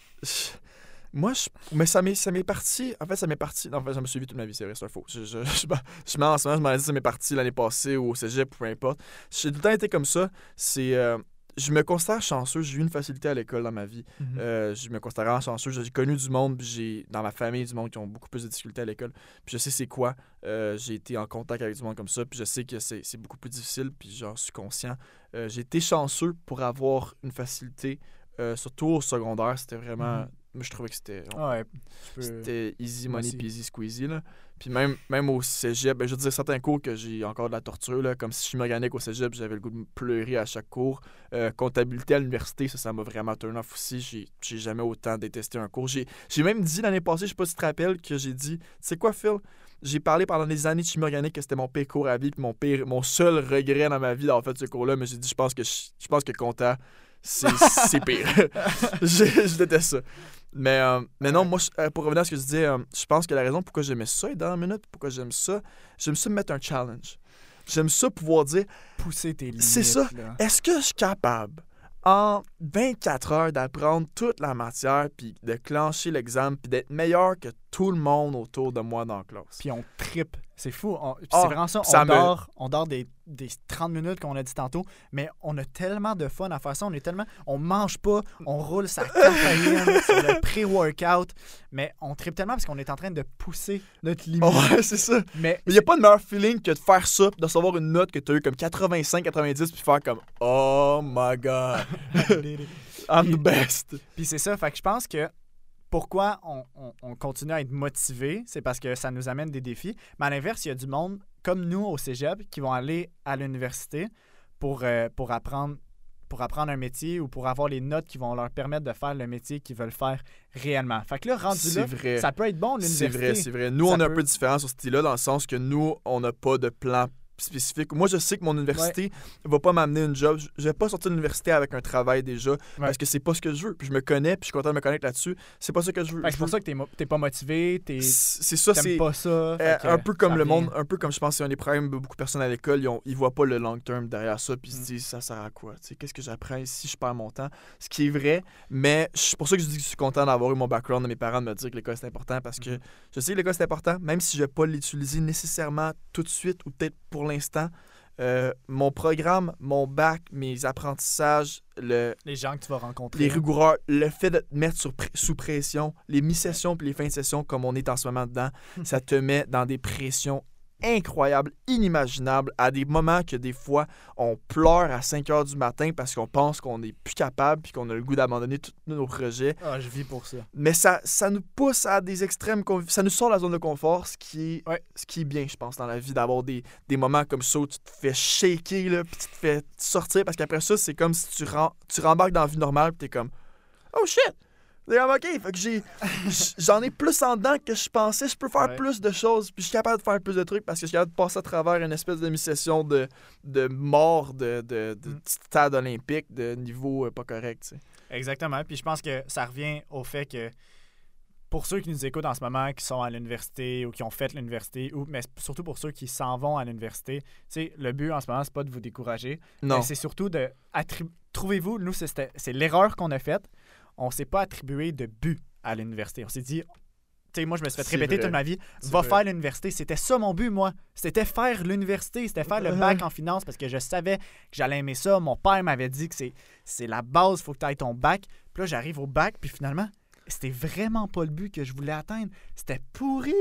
Moi, je... mais ça m'est, ça m'est parti. En fait, ça m'est parti. En fait, ça m'a suivi toute ma vie, c'est vrai, c'est un faux. Je, je, je, m'en- je mens en ce moment, je m'en ai dit, ça m'est parti l'année passée ou au cégep, peu importe. J'ai tout le temps été comme ça. C'est. euh, je me considère chanceux. J'ai eu une facilité à l'école dans ma vie. Mhm. Euh, je me considère vraiment chanceux. J'ai connu du monde, puis j'ai dans ma famille du monde qui ont beaucoup plus de difficultés à l'école. Puis je sais c'est quoi. Euh, j'ai été en contact avec du monde comme ça, puis je sais que c'est, c'est beaucoup plus difficile, puis j'en suis conscient. Euh, j'ai été chanceux pour avoir une facilité, euh, surtout au secondaire. C'était vraiment. Mhm. Moi, je trouvais que c'était. Ouais, je peux- C'était easy moi money aussi. peasy squeezy, là. Puis même, même au cégep, ben, je veux dire, certains cours que j'ai encore de la torture, là, comme si chimie organique au cégep, j'avais le goût de me pleurer à chaque cours. Euh, comptabilité à l'université, ça, ça m'a vraiment turn off aussi. J'ai, j'ai jamais autant détesté un cours. J'ai, j'ai même dit l'année passée, je sais pas si tu te rappelles, que j'ai dit, tu sais quoi, Phil? J'ai parlé pendant des années de chimie organique que c'était mon pire cours à vie, puis mon pire, mon seul regret dans ma vie d'avoir fait ce cours-là, mais j'ai dit, je pense que je, je pense que compta, c'est, c'est pire. je, je déteste ça. Mais, euh, mais non, moi, je- euh, pour revenir à ce que je disais, euh, je pense que la raison pourquoi j'aimais ça, et dans la minute, pourquoi j'aime ça, j'aime ça me mettre un challenge. J'aime ça pouvoir dire, Pousser tes limites. C'est ça. Là. est-ce que je suis capable, en vingt-quatre heures, d'apprendre toute la matière, puis de clencher l'examen, puis d'être meilleur que tout le monde autour de moi dans la classe? Puis on tripe. C'est fou. On- puis Ah, c'est vraiment ça. On ça me- dort, on dort des, des trente minutes qu'on a dit tantôt, mais on a tellement de fun à faire ça. On est tellement. On mange pas, on roule sa caféine sur le pré-workout, mais on tripe tellement parce qu'on est en train de pousser notre limite. Ouais, c'est ça. Mais Mais il n'y a pas de meilleur feeling que de faire ça, puis de recevoir une note que tu as eu comme quatre-vingt-cinq quatre-vingt-dix, puis faire comme Oh my God, I'm the best. Puis c'est ça. Fait que je pense que pourquoi on, on- on continue à être motivé, c'est parce que ça nous amène des défis. Mais à l'inverse, il y a du monde comme nous au cégep qui vont aller à l'université pour, euh, pour, apprendre, pour apprendre un métier ou pour avoir les notes qui vont leur permettre de faire le métier qu'ils veulent faire réellement. Fait que là, rendu C'est là, vrai. ça peut être bon C'est l'université. vrai, c'est vrai. Nous, Ça on est un peut- peu différent sur ce style-là, dans le sens que nous, on n'a pas de plan spécifique. Moi, je sais que mon université va pas m'amener une job. Je- Je vais pas sortir de l'université avec un travail déjà, parce que c'est pas ce que je veux. Puis je me connais, puis je suis content de me connaître là-dessus. C'est pas ça que je veux. Fait que Je c'est pour veux- ça que t'es, mo- t'es pas motivé, t'es, C'est c'est ça, t'aimes c'est pas ça. euh, fait que un peu comme ça le revient. monde, un peu comme je pense que c'est un des problèmes de beaucoup de personnes à l'école, ils, ont, ils voient pas le long term derrière ça, puis ils Mm. se disent ça sert à quoi? Tu sais, qu'est-ce que j'apprends ici, je perds mon temps. Ce qui est vrai, mais c'est pour ça que je dis que je suis content d'avoir eu mon background de mes parents de me dire que l'école c'est important, parce que Mhm. je sais que l'école c'est important, même si je vais pas l'utiliser nécessairement tout de suite ou peut-être pour l'instant. Euh, mon programme, mon bac, mes apprentissages, le, Les gens que tu vas rencontrer. les rigoureux, le fait de te mettre sur pr- sous pression, les mi-sessions puis les fins de session comme on est en ce moment dedans, ça te met dans des pressions incroyables, inimaginables, à des moments que des fois, on pleure à cinq heures du matin parce qu'on pense qu'on n'est plus capable puis qu'on a le goût d'abandonner tous nos projets. Ah, je vis pour ça. Mais ça, ça nous pousse à des extrêmes, conv- ça nous sort de la zone de confort, ce qui est, Ouais. ce qui est bien, je pense, dans la vie, d'avoir des, des moments comme ça où tu te fais shaker, là, puis tu te fais sortir, parce qu'après ça, c'est comme si tu, ren- tu rembarques dans la vie normale, puis t'es comme « Oh shit! » C'est comme « OK, fait que j'ai, j- j'en ai plus en dedans que je pensais, je peux faire Ouais. plus de choses, puis je suis capable de faire plus de trucs parce que je suis capable de passer à travers une espèce de mi-session de, de mort de, de, de Mm. stade olympique de niveau euh, pas correct, tu sais. » Exactement. Puis je pense que ça revient au fait que pour ceux qui nous écoutent en ce moment, qui sont à l'université ou qui ont fait l'université, ou mais surtout pour ceux qui s'en vont à l'université, tu sais, le but en ce moment, c'est pas de vous décourager, Non. mais c'est surtout de attribuer. Trouvez-vous, nous, c'est, c'était- c'est l'erreur qu'on a faite. On s'est pas attribué de but à l'université. On s'est dit, tu sais, moi, je me suis fait C'est répéter vrai. toute ma vie, C'est va vrai. faire l'université. C'était ça mon but, moi. C'était faire l'université. C'était faire le bac en finance parce que je savais que j'allais aimer ça. Mon père m'avait dit que c'est, c'est la base, il faut que tu ailles ton bac. Puis là, j'arrive au bac, puis finalement, c'était vraiment pas le but que je voulais atteindre. C'était pourri.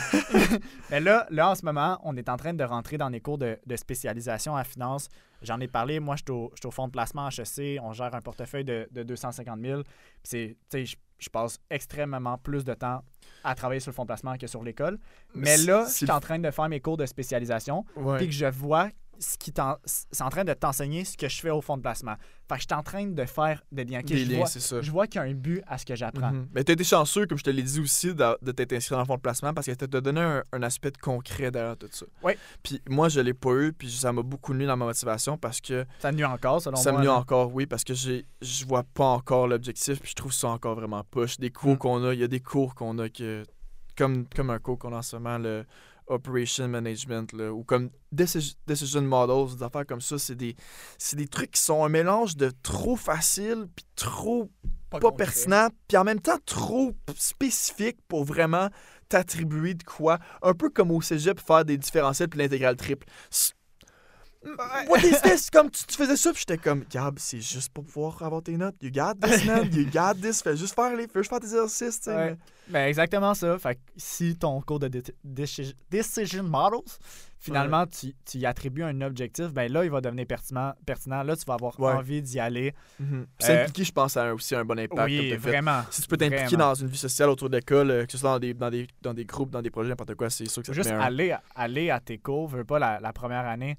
Mais là, là, en ce moment, on est en train de rentrer dans des cours de, de spécialisation en finance. J'en ai parlé. Moi, je suis au, je suis au fonds de placement H E C. On gère un portefeuille de, de deux cent cinquante mille. Puis c'est, tu sais, je, je passe extrêmement plus de temps à travailler sur le fonds de placement que sur l'école. Mais C'est- là, je c'est suis en train de faire mes cours de spécialisation. Ouais. Puis que je vois ce qui t'en- c'est en train de t'enseigner ce que je fais au fonds de placement. Fait que je suis en train de faire des liens. Ok, Des je, liens, vois, c'est ça. je vois qu'il y a un but à ce que j'apprends. Mhm. Mais tu as été chanceux, comme je te l'ai dit aussi, de, de t'être inscrit dans le fonds de placement parce que ça t'a donné un, un aspect de concret derrière tout ça. Oui. Puis moi, je l'ai pas eu, puis ça m'a beaucoup nuit dans ma motivation parce que Ça nuit encore, selon ça moi. me nuit là. encore, oui, parce que j'ai je vois pas encore l'objectif, puis je trouve ça encore vraiment push. Des cours Mm. qu'on a, il y a des cours qu'on a que, comme, comme un cours qu'on a en ce moment, le Operation Management, là, ou comme Deci- Decision Models, des affaires comme ça, c'est des, c'est des trucs qui sont un mélange de trop facile, puis trop pas concret. pertinent, puis en même temps trop spécifique pour vraiment t'attribuer de quoi. Un peu comme au cégep, faire des différentiels puis l'intégrale triple. C'est- What is this? Comme tu, tu faisais ça, puis j'étais comme, Gab, c'est juste pour pouvoir avoir tes notes. You got this, man. You got this. Fais juste faire les, fais juste faire tes exercices, tu sais. Ouais. mais- Ben exactement ça. Fait que si ton cours de dé- déci- Decision Models, finalement, tu, tu y attribues un objectif, ben là, il va devenir pertinent. pertinent. Là, tu vas avoir Ouais. envie d'y aller. Mhm. Puis Euh, s'impliquer, je pense, a un- aussi un bon impact. oui, comme t'as fait. vraiment. Si tu peux t'impliquer Vraiment. dans une vie sociale autour de l'école, euh, que ce soit dans des, dans, des, dans des groupes, dans des projets, n'importe quoi, c'est sûr que ça te Juste met un- aller, aller à tes cours, veux pas la, la première année.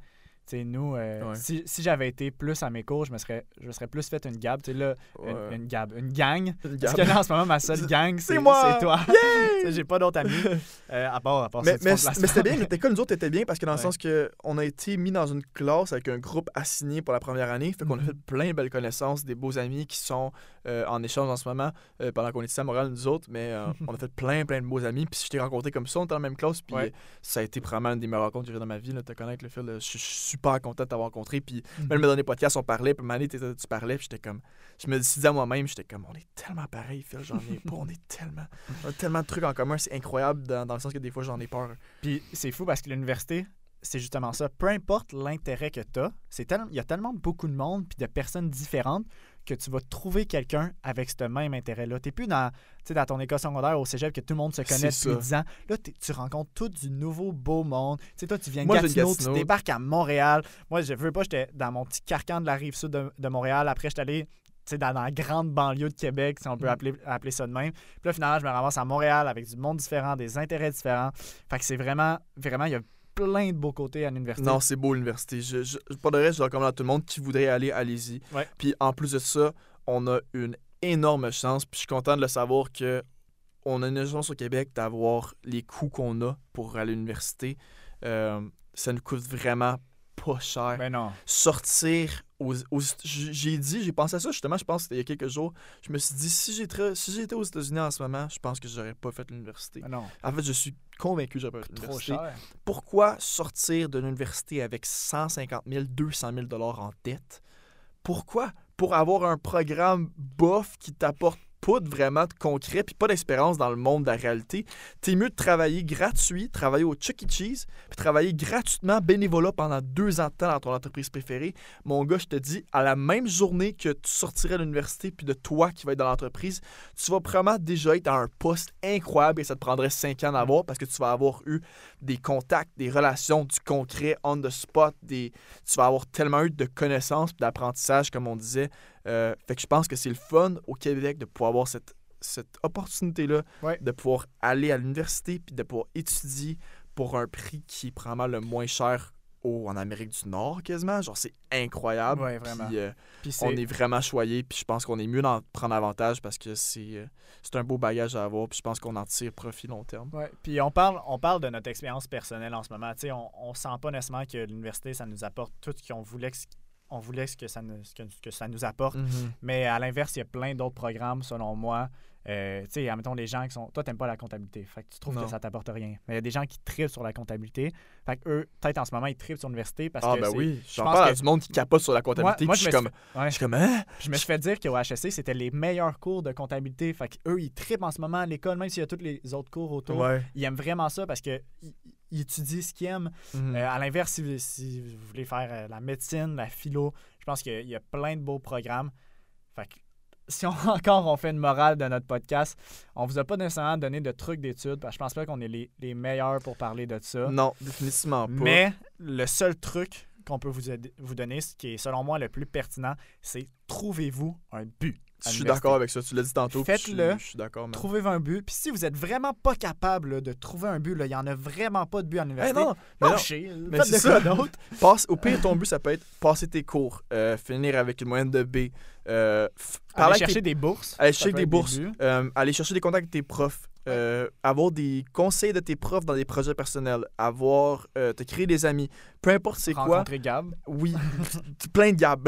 Tu sais, nous, euh, Ouais. si, si j'avais été plus à mes cours, je me serais, je me serais plus fait une gab. Tu sais, là, Ouais. une, une gab, une gang. Une Parce gab. que là, en ce moment, ma seule gang, c'est, C'est moi! c'est toi. Yay! Tu sais, j'ai pas d'autres amis. Euh, à part, à part Mais, ça, du mais, fond de c- placement. mais c'était bien, notre école, nous autres, était bien parce que dans le Ouais. sens que on a été mis dans une classe avec un groupe assigné pour la première année. Fait qu'on a Mhm. fait plein de belles connaissances, des beaux amis qui sont euh, en échange en ce moment euh, pendant qu'on était ici à Montréal, nous autres. Mais euh, on a fait plein, plein de beaux amis. Puis je t'ai rencontré comme ça, on était dans la même classe. Puis Ouais. euh, ça a été probablement une des meilleures rencontres que j'ai eues dans ma vie, là, te connaître, le Phil. là. Je suis super content de t'avoir rencontré. Puis Mhm. même dans les podcasts, on parlait. Puis Mané, tu parlais. Puis j'étais comme. Je me suis dit à moi-même, j'étais comme, on est tellement pareil, Phil. J'en ai pas. On est tellement. On a tellement de trucs en commun. C'est incroyable dans, dans le sens que des fois, j'en ai peur. Puis c'est fou parce que l'université, c'est justement ça. Peu importe l'intérêt que tu as, c'est tel- il y a tellement beaucoup de monde puis de personnes différentes que tu vas trouver quelqu'un avec ce même intérêt-là. Tu n'es plus dans, tu sais, dans ton école secondaire au cégep que tout le monde se connaît C'est depuis ça. dix ans. Là, t'es- tu rencontres tout du nouveau beau monde. Tu sais, toi, tu viens de Moi, je viens de Gatineau, Gatineau. tu débarques à Montréal. Moi, je veux pas, j'étais dans mon petit carcan de la rive sud de, de Montréal. Après, j'étais allé tu sais, dans, dans la grande banlieue de Québec, si on peut Mm. appeler, appeler ça de même. Puis là, finalement, je me ramasse à Montréal avec du monde différent, des intérêts différents. Fait que c'est vraiment, vraiment, il y a plein de beaux côtés à l'université. Non, c'est beau l'université. Je, je, pas de reste, je recommande à tout le monde qui voudrait aller, allez-y. Ouais. Puis en plus de ça, on a une énorme chance. Puis je suis content de le savoir que on a une chance au Québec d'avoir les coûts qu'on a pour aller à l'université. Euh, ça nous coûte vraiment pas cher. Ben non. Sortir aux, aux- j'ai dit, j'ai pensé à ça justement, je pense que c'était il y a quelques jours. Je me suis dit, si j'étais si j'étais aux États-Unis en ce moment, je pense que j'aurais pas fait l'université. Ben non. En fait, je suis convaincu que j'aurais pas fait Trop l'université. cher. Pourquoi sortir de l'université avec cent cinquante mille, deux cent mille dollars en dette? Pourquoi? Pour avoir un programme bof qui t'apporte pas de vraiment de concret puis pas d'expérience dans le monde de la réalité. T'es mieux de travailler gratuit, travailler au Chuck E. Cheese, puis travailler gratuitement bénévolat pendant deux ans de temps dans ton entreprise préférée. Mon gars, je te dis, à la même journée que tu sortirais de l'université puis de toi qui vas être dans l'entreprise, tu vas vraiment déjà être à un poste incroyable et ça te prendrait cinq ans d'avoir parce que tu vas avoir eu des contacts, des relations, du concret, on the spot, des... tu vas avoir tellement eu de connaissances et d'apprentissage, comme on disait. Euh, fait que je pense que c'est le fun au Québec de pouvoir avoir cette, cette opportunité-là, Ouais. de pouvoir aller à l'université puis de pouvoir étudier pour un prix qui est probablement le moins cher au, en Amérique du Nord quasiment. Genre, c'est incroyable. Ouais, vraiment. Puis, euh, Puis c'est- on est vraiment choyé, puis je pense qu'on est mieux d'en prendre avantage parce que c'est euh, c'est un beau bagage à avoir, puis je pense qu'on en tire profit long terme. Ouais. Puis on parle, on parle de notre expérience personnelle en ce moment. Tu sais, on, on sent pas nécessairement que l'université, ça nous apporte tout ce qu'on voulait que, on voulait que, ça nous, que, que ça nous apporte. Mhm. Mais à l'inverse, il y a plein d'autres programmes, selon moi. Euh, tu sais, admettons, les gens qui sont... Toi, t'aimes pas la comptabilité. Fait que tu trouves Non. que ça t'apporte rien. Mais il y a des gens qui tripent sur la comptabilité. Fait que eux, peut-être en ce moment, ils tripent sur l'université parce Ah que ben c'est- oui, je j'en pense parle à que- du monde qui capote sur la comptabilité, Moi- moi, puis je je suis me comme, Ouais. je suis comme, hein? Je me suis fait dire qu'au H S C, c'était les meilleurs cours de comptabilité. Fait qu'eux, ils trippent en ce moment à l'école, même s'il y a tous les autres cours autour. Ouais. Ils aiment vraiment ça parce qu'ils ils étudient ce qu'ils aiment. Mhm. Euh, à l'inverse, si, vous- si vous voulez faire euh, la médecine, la philo, je pense qu'il y a- il y a plein de beaux programmes. Fait que si on, encore on fait une morale de notre podcast, on vous a pas nécessairement donné de trucs d'études parce que je pense pas qu'on est les, les meilleurs pour parler de ça. Non, définitivement pas. Mais le seul truc qu'on peut vous, aider- vous donner, ce qui est selon moi le plus pertinent, c'est trouvez-vous un but. je à suis l'université. d'accord avec ça, tu l'as dit tantôt. puis je suis- Faites-le. Je suis d'accord, man. Trouvez-vous un but. Puis si vous êtes vraiment pas capable là, de trouver un but, là, il y en a vraiment pas de but à Hey, l'université. non, mais non, lâchez, mais faites c'est de ça. quoi d'autre. passe, au pire, ton but, ça peut être passer tes cours, euh, finir avec une moyenne de B, euh, f- parler Aller avec chercher tes- des bourses. aller ça chercher peut des être bourses, buts. euh, aller chercher des contacts avec tes profs, euh, avoir des conseils de tes profs dans des projets personnels, avoir, euh, te créer des amis, peu importe c'est quoi. Rencontrer Gab. Oui, plein de gab.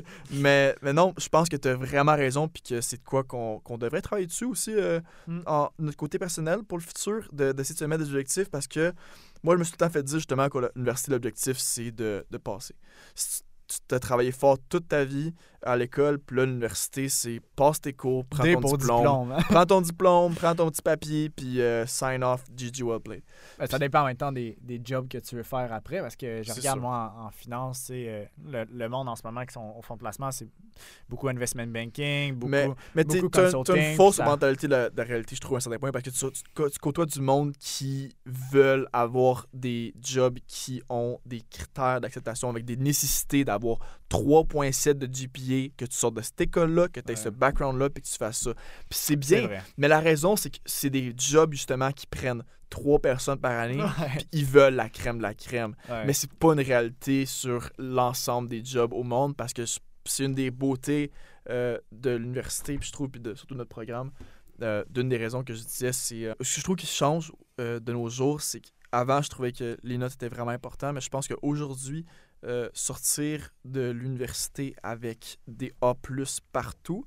mais, mais non, je pense que tu as vraiment raison puis que c'est de quoi qu'on qu'on devrait travailler dessus aussi euh, Mm. en notre côté personnel pour le futur, de- d'essayer de se mettre des objectifs parce que moi, je me suis tout le temps fait dire justement qu'à l'université, l'objectif, c'est de, de passer. Si tu as travaillé fort toute ta vie à l'école, puis là, l'université, c'est passe tes cours, prends Des ton beaux diplôme, diplômes. hein. prends ton diplôme, prends ton petit papier, puis euh, sign off, G G well played. Ben, ça dépend en même temps des, des jobs que tu veux faire après. Parce que je C'est regarde, sûr. moi, en, en finance, tu sais, euh, le, le monde en ce moment qui sont au fond de placement, c'est beaucoup investment banking, beaucoup, mais mais beaucoup t'as consulting. une fausse ça... mentalité de la, de la réalité, je trouve, à un certain point, parce que tu, tu, tu côtoies du monde qui veulent avoir des jobs qui ont des critères d'acceptation avec des nécessités d'avoir trois virgule sept de G P A, que tu sortes de cette école-là, que tu aies Ouais. ce background-là, puis que tu fasses ça. Puis c'est bien, C'est vrai. mais la raison, c'est que c'est des jobs, justement, qui prennent trois personnes par année, Ouais. puis ils veulent la crème de la crème. Ouais. Mais c'est pas une réalité sur l'ensemble des jobs au monde, parce que c'est une des beautés euh, de l'université, puis je trouve, puis de, surtout notre programme. Euh, d'une des raisons que je disais, c'est... Euh, ce que je trouve qui change euh, de nos jours, c'est qu'avant, je trouvais que les notes étaient vraiment importantes, mais je pense qu'aujourd'hui, euh, sortir de l'université avec des A plus partout,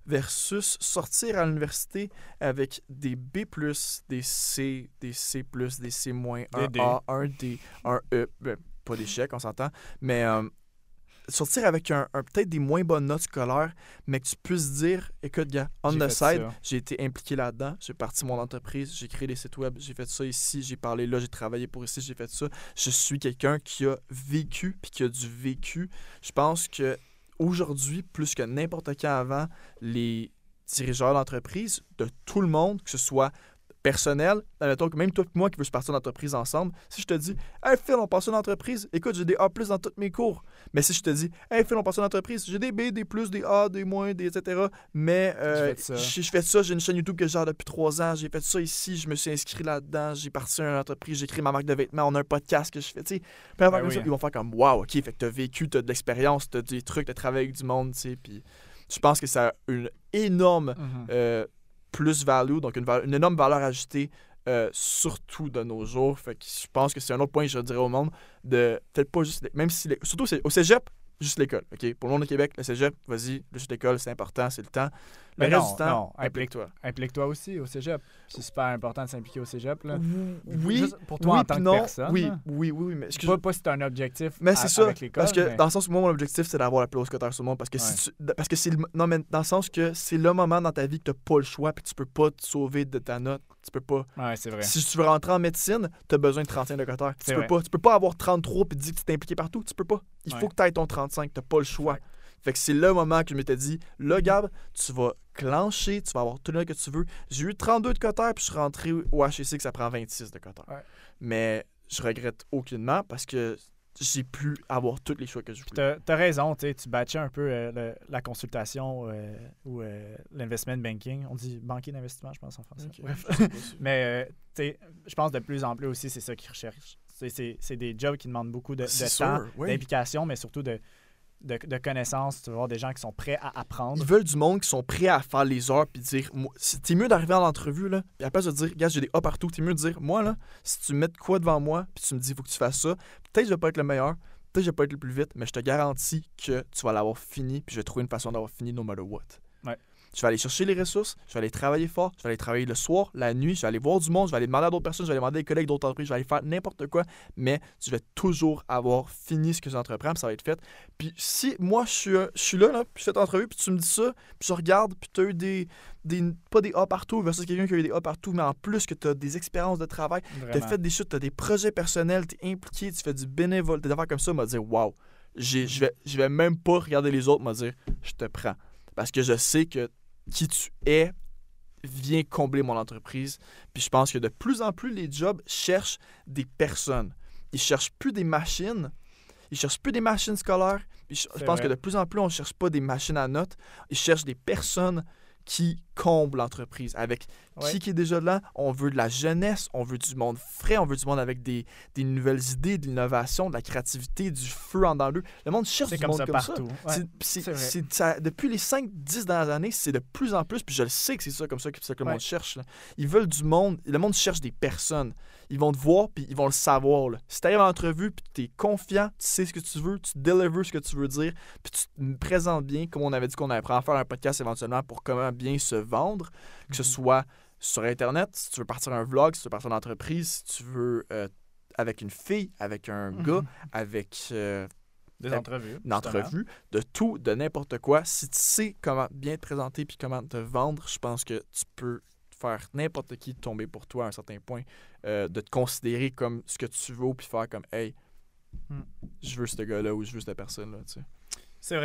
versus sortir à l'université avec des B plus, des C, des C plus, des C moins, un Des D. A, un D, un E, ben, pas d'échec, on s'entend, mais euh, sortir avec un, un- peut-être des moins bonnes notes scolaires, mais que tu puisses dire, écoute, gars, on J'ai the fait side, ça. j'ai été impliqué là-dedans, j'ai parti mon entreprise, j'ai créé des sites web, j'ai fait ça ici, j'ai parlé là, j'ai travaillé pour ici, j'ai fait ça. Je suis quelqu'un qui a vécu, puis qui a du vécu. Je pense que aujourd'hui, plus que n'importe quand avant, les dirigeants d'entreprise, de tout le monde, que ce soit personnel, admettons que même toi et moi qui veut se partir d'entreprise ensemble, si je te dis « Hey Phil, on passe une entreprise, écoute, j'ai des A plus dans tous mes cours. » Mais si je te dis « Hey Phil, on passe une entreprise, j'ai des B, des plus, des A, des moins, des et cetera. Mais euh, J'ai fait ça. je je fais ça, j'ai une chaîne YouTube que je gère depuis trois ans, j'ai fait ça ici, je me suis inscrit là-dedans, j'ai parti à une entreprise, j'ai créé ma marque de vêtements, on a un podcast que je fais, tu sais. Peu importe Ben comme oui. ça, ils vont faire comme « Wow, ok, fait que t'as vécu, t'as de l'expérience, t'as des trucs, t'as travaillé avec du monde, tu sais. » Puis je pense que ça a une énorme Mhm. euh, plus-value, donc une, val- une énorme valeur ajoutée, euh, surtout de nos jours. Fait que je pense que c'est un autre point que je dirais au monde, de peut-être pas juste, les- même si, les- surtout c'est- au cégep, juste l'école, ok? Pour le monde de Québec, le cégep, vas-y, juste l'école, c'est important, c'est le temps. Le Mais reste non, du temps, non, implique- implique-toi. Implique-toi aussi au cégep. C'est super important de s'impliquer au cégep. Là. Oui, Juste pour toi oui, en tant puis que non, personne. oui, là. oui, oui, oui, mais excuse Pas, pas si t'as un objectif Mais à- c'est ça, avec l'école. parce que mais- dans le sens où moi, mon objectif, c'est d'avoir la plus haute coteur sur le monde, parce que Ouais. si tu, parce que c'est le, non, mais dans le sens que c'est le moment dans ta vie que t'as pas le choix, puis tu peux pas te sauver de ta note, tu peux pas. Ouais, c'est vrai. Si tu veux rentrer en médecine, t'as besoin de trente et un de coteur. Tu C'est peux vrai. pas, tu peux pas avoir trente-trois puis te dire que tu t'es impliqué partout, tu peux pas. Il Ouais. faut que tu aies ton trente-cinq, t'as pas le choix. Exact. Fait que c'est le moment que je m'étais dit, là, Gab, tu vas clencher, tu vas avoir tout le que tu veux. J'ai eu trente-deux de coteur, puis je suis rentré au H E C que ça prend vingt-six de coteur. Ouais. Mais je regrette aucunement parce que j'ai pu avoir tous les choix que je voulais. T'as t'as raison, tu sais, tu batchais un peu euh, le- la consultation euh, ou euh, l'investment banking. On dit banquier d'investissement, je pense, en français. Ok, Bref. je sais pas si- Mais euh, tu sais, je pense de plus en plus aussi, c'est ça qu'ils recherchent. C'est- C'est c'est des jobs qui demandent beaucoup de, de C'est temps, sûr, oui. d'implication, mais surtout de, de, de connaissances. Tu vas voir des gens qui sont prêts à apprendre. Ils veulent du monde qui sont prêts à faire les heures puis dire moi, c'est- t'es mieux d'arriver à l'entrevue là, puis à la place de dire gars, j'ai des A partout, t'es mieux de dire moi là, si tu me mets de quoi devant moi, puis tu me dis faut que tu fasses ça, peut-être que je vais pas être le meilleur, peut-être que je vais pas être le plus vite, mais je te garantis que tu vas l'avoir fini, puis je vais trouver une façon d'avoir fini no matter what. Ouais. Je vais aller chercher les ressources, je vais aller travailler fort, je vais aller travailler le soir, la nuit, je vais aller voir du monde, je vais aller demander à d'autres personnes, je vais aller demander à des collègues d'autres entreprises, je vais aller faire n'importe quoi, mais je vais toujours avoir fini ce que j'entreprends, puis ça va être fait. Puis si moi je suis, euh, je suis là, là, puis je fais ton entrevue, puis tu me dis ça, puis je regarde, puis tu as eu des, des. Pas des A partout versus quelqu'un qui a eu des A partout, mais en plus que tu as des expériences de travail, tu as Vraiment. fait des choses, tu as des projets personnels, tu es impliqué, tu fais du bénévole, des affaires comme ça, m'a dire waouh, je vais, je vais même pas regarder les autres, m'a dire je te prends. Parce que je sais que qui tu es vient combler mon entreprise. Puis je pense que de plus en plus, les jobs cherchent des personnes. Ils cherchent plus des machines. Ils cherchent plus des machines scolaires. Puis je, je C'est pense vrai. que de plus en plus, on cherche pas des machines à notes. Ils cherchent des personnes qui comblent l'entreprise. Avec Ouais. qui qui est déjà là, on veut de la jeunesse, on veut du monde frais, on veut du monde avec des, des nouvelles idées, de l'innovation, de la créativité, du feu en dans l'eux. Le monde cherche C'est du comme monde ça comme partout. Ouais. c'est- c'est- c'est vrai. c'est- ça- depuis les cinq dix dernières années, c'est de plus en plus, puis je le sais que c'est ça comme ça que, ça que le Ouais. monde cherche. là. Ils veulent du monde, le monde cherche des personnes. Ils vont te voir, puis ils vont le savoir. Là. Si tu arrives à l'entrevue, puis tu es confiant, tu sais ce que tu veux, tu delivers ce que tu veux dire, puis tu te présentes bien, comme on avait dit qu'on apprend à faire un podcast éventuellement pour comment bien se vendre, que ce Mhm. soit sur Internet, si tu veux partir un vlog, si tu veux partir en entreprise, si tu veux euh, avec une fille, avec un Mhm. gars, avec euh, Des euh, entrevues. une entrevue, de tout, de n'importe quoi. Si tu sais comment bien te présenter puis comment te vendre, je pense que tu peux faire n'importe qui tomber pour toi à un certain point, euh, de te considérer comme ce que tu veux puis faire comme hey, Mm. je veux ce gars-là ou je veux cette personne-là. Tu sais. C'est vrai.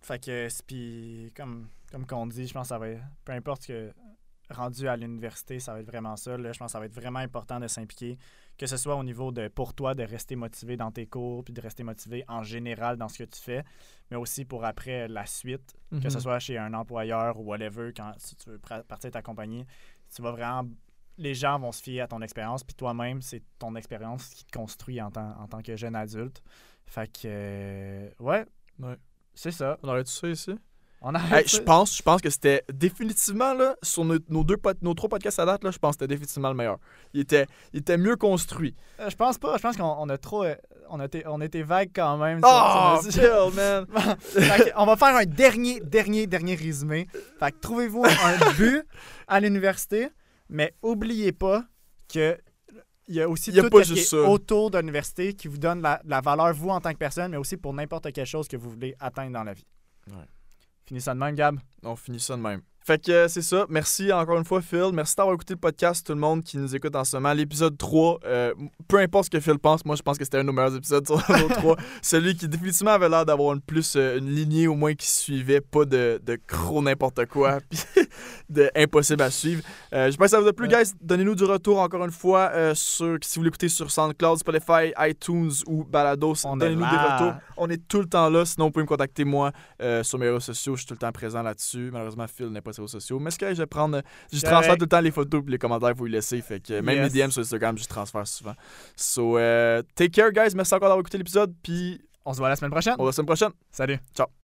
Fait que, c'est- puis comme, comme qu'on dit, je pense que ça va être, peu importe que rendu à l'université, ça va être vraiment ça. Là, je pense que ça va être vraiment important de s'impliquer, que ce soit au niveau de, pour toi, de rester motivé dans tes cours, puis de rester motivé en général dans ce que tu fais, mais aussi pour après la suite, Mhm. que ce soit chez un employeur ou whatever, quand si tu veux pra- partir de ta compagnie, tu vas vraiment... Les gens vont se fier à ton expérience, puis toi-même, c'est ton expérience qui te construit en tant, en tant que jeune adulte. Fait que, euh, ouais, Ouais. c'est ça. On aurait tout ça ici? On arrête Hey, ça. je pense, je pense que c'était définitivement, là, sur nos, nos deux, pod- nos trois podcasts à date, là, je pense que c'était définitivement le meilleur. Il était, il était mieux construit. Euh, je pense pas. Je pense qu'on on a trop... euh, On a, été, on a été vague quand même. sur- Oh, sur nos- Phil, man! Fait que on va faire un dernier, dernier, dernier résumé. Fait que trouvez-vous un but à l'université, mais oubliez pas que il y a aussi Il y a tout pas ce qui juste est ça. autour de l'université qui vous donne la, la valeur, vous, en tant que personne, mais aussi pour n'importe quelle chose que vous voulez atteindre dans la vie. Ouais. Finis ça de même, Gab. On finit ça de même. Fait que euh, c'est ça. Merci encore une fois, Phil. Merci d'avoir écouté le podcast, tout le monde qui nous écoute en ce moment. L'épisode trois, euh, peu importe ce que Phil pense, moi je pense que c'était un de nos meilleurs épisodes sur nos trois. Celui qui définitivement avait l'air d'avoir une plus euh, une lignée au moins qui suivait, pas de, de gros n'importe quoi, puis de impossible à suivre. Euh, J'espère que ça vous a plu, Ouais. guys. Donnez-nous du retour encore une fois euh, sur si vous l'écoutez sur SoundCloud, Spotify, iTunes ou Balados. On est Donnez-nous des là. retours. On est tout le temps là. Sinon, vous pouvez me contacter moi euh, sur mes réseaux sociaux. Je suis tout le temps présent là-dessus. Malheureusement, Phil n'est pas sur les réseaux sociaux. Mais ce que je vais prendre, je C'est transfère correct. tout le temps les photos et les commentaires que vous laissez. Fait que même Yes. les D M sur Instagram, je transfère souvent. So, euh, take care, guys. Merci encore d'avoir écouté l'épisode. Puis, On se voit la semaine prochaine. on se voit la semaine prochaine. Salut. Ciao.